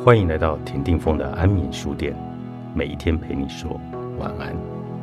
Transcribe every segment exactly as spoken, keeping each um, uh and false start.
欢迎来到田定峰的安眠书店，每一天陪你说晚安。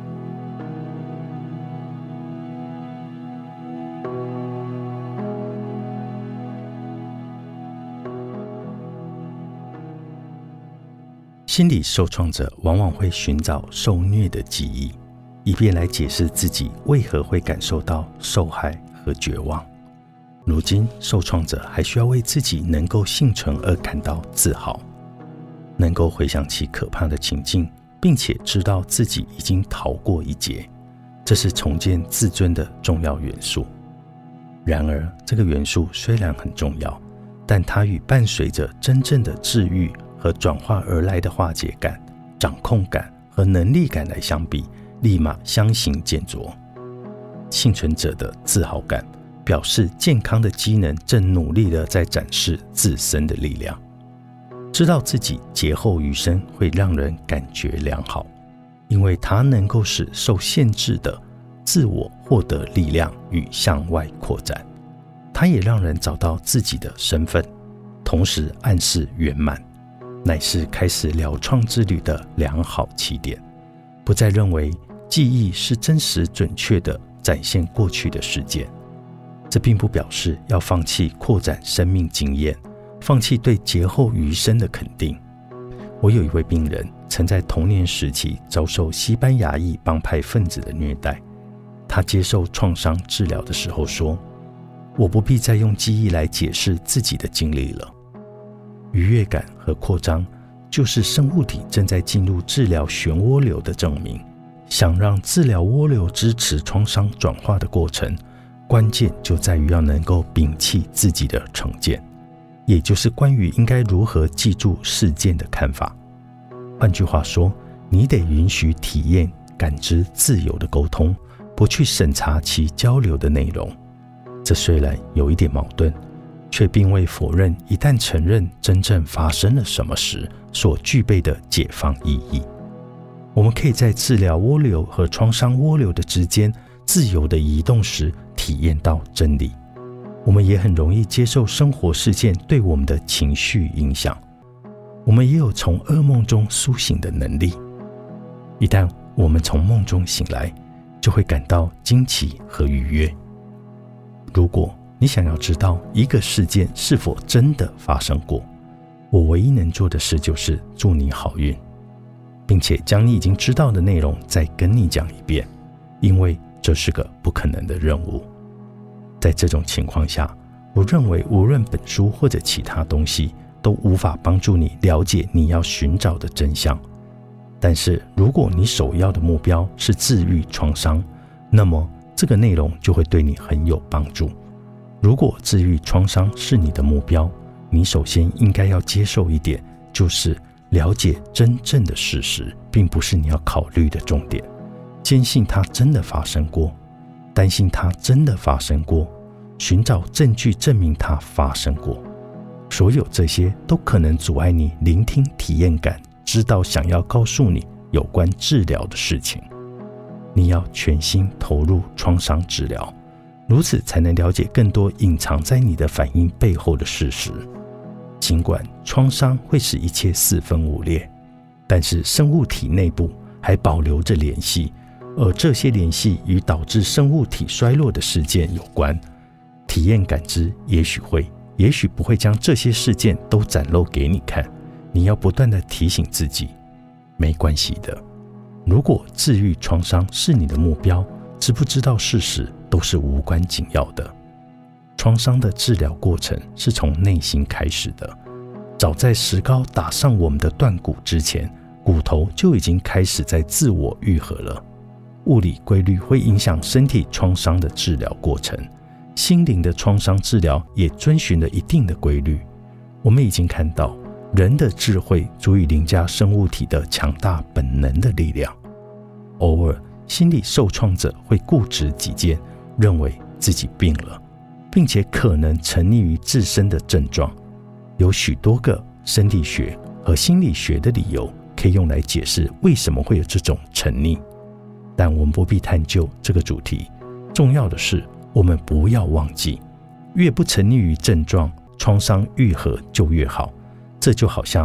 心理受创者往往会寻找受虐的记忆，以便来解释自己为何会感受到受害和绝望。如今，受创者还需要为自己能够幸存而感到自豪，能够回想起可怕的情境，并且知道自己已经逃过一劫，这是重建自尊的重要元素。然而，这个元素虽然很重要，但它与伴随着真正的治愈和转化而来的化解感、掌控感和能力感来相比，立马相形见绌。幸存者的自豪感表示健康的机能正努力地在展示自身的力量，知道自己劫后余生会让人感觉良好，因为它能够使受限制的自我获得力量与向外扩展。它也让人找到自己的身份，同时暗示圆满，乃是开始疗创之旅的良好起点。不再认为记忆是真实准确地展现过去的事件。这并不表示要放弃扩展生命经验，放弃对劫后余生的肯定。我有一位病人曾在童年时期遭受西班牙裔帮派分子的虐待，他接受创伤治疗的时候说，我不必再用记忆来解释自己的经历了。愉悦感和扩张就是生物体正在进入治疗漩涡流的证明。想让治疗涡流支持创伤转化的过程，关键就在于要能够摒弃自己的成见，也就是关于应该如何记住事件的看法。换句话说，你得允许体验、感知自由的沟通，不去审查其交流的内容。这虽然有一点矛盾，却并未否认一旦承认真正发生了什么时所具备的解放意义。我们可以在治疗涡流和创伤涡流的之间自由的移动时体验到真理。我们也很容易接受生活事件对我们的情绪影响。我们也有从噩梦中苏醒的能力。一旦我们从梦中醒来，就会感到惊奇和愉悦。如果你想要知道一个事件是否真的发生过，我唯一能做的事就是祝你好运，并且将你已经知道的内容再跟你讲一遍，因为这是个不可能的任务。在这种情况下，我认为无论本书或者其他东西都无法帮助你了解你要寻找的真相。但是如果你首要的目标是治愈创伤，那么这个内容就会对你很有帮助。如果治愈创伤是你的目标，你首先应该要接受一点，就是了解真正的事实并不是你要考虑的重点。坚信它真的发生过，担心它真的发生过，寻找证据证明它发生过，所有这些都可能阻碍你聆听体验感，知道想要告诉你有关治疗的事情。你要全心投入创伤治疗，如此才能了解更多隐藏在你的反应背后的事实。尽管创伤会使一切四分五裂，但是生物体内部还保留着联系，而这些联系与导致生物体衰落的事件有关。体验感知也许会，也许不会将这些事件都展露给你看。你要不断地提醒自己，没关系的。如果治愈创伤是你的目标，知不知道事实都是无关紧要的。创伤的治疗过程是从内心开始的。早在石膏打上我们的断骨之前，骨头就已经开始在自我愈合了。物理规律会影响身体创伤的治疗过程，心灵的创伤治疗也遵循了一定的规律。我们已经看到，人的智慧足以凌驾生物体的强大本能的力量。偶尔，心理受创者会固执己见，认为自己病了，并且可能沉溺于自身的症状。有许多个生理学和心理学的理由可以用来解释为什么会有这种沉溺，但我们不必探究这个主题。重要的是，我们不要忘记，越不沉溺于症状，创伤愈合就越好。这就好像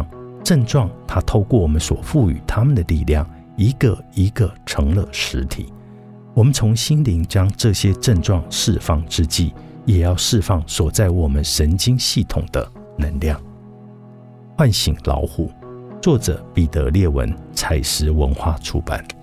症状它透过我们所赋予它们的力量，一个一个成了实体。我们从心灵将这些症状释放之际，也要释放所在我们神经系统的能量。唤醒老虎，作者彼得列文，采石文化出版。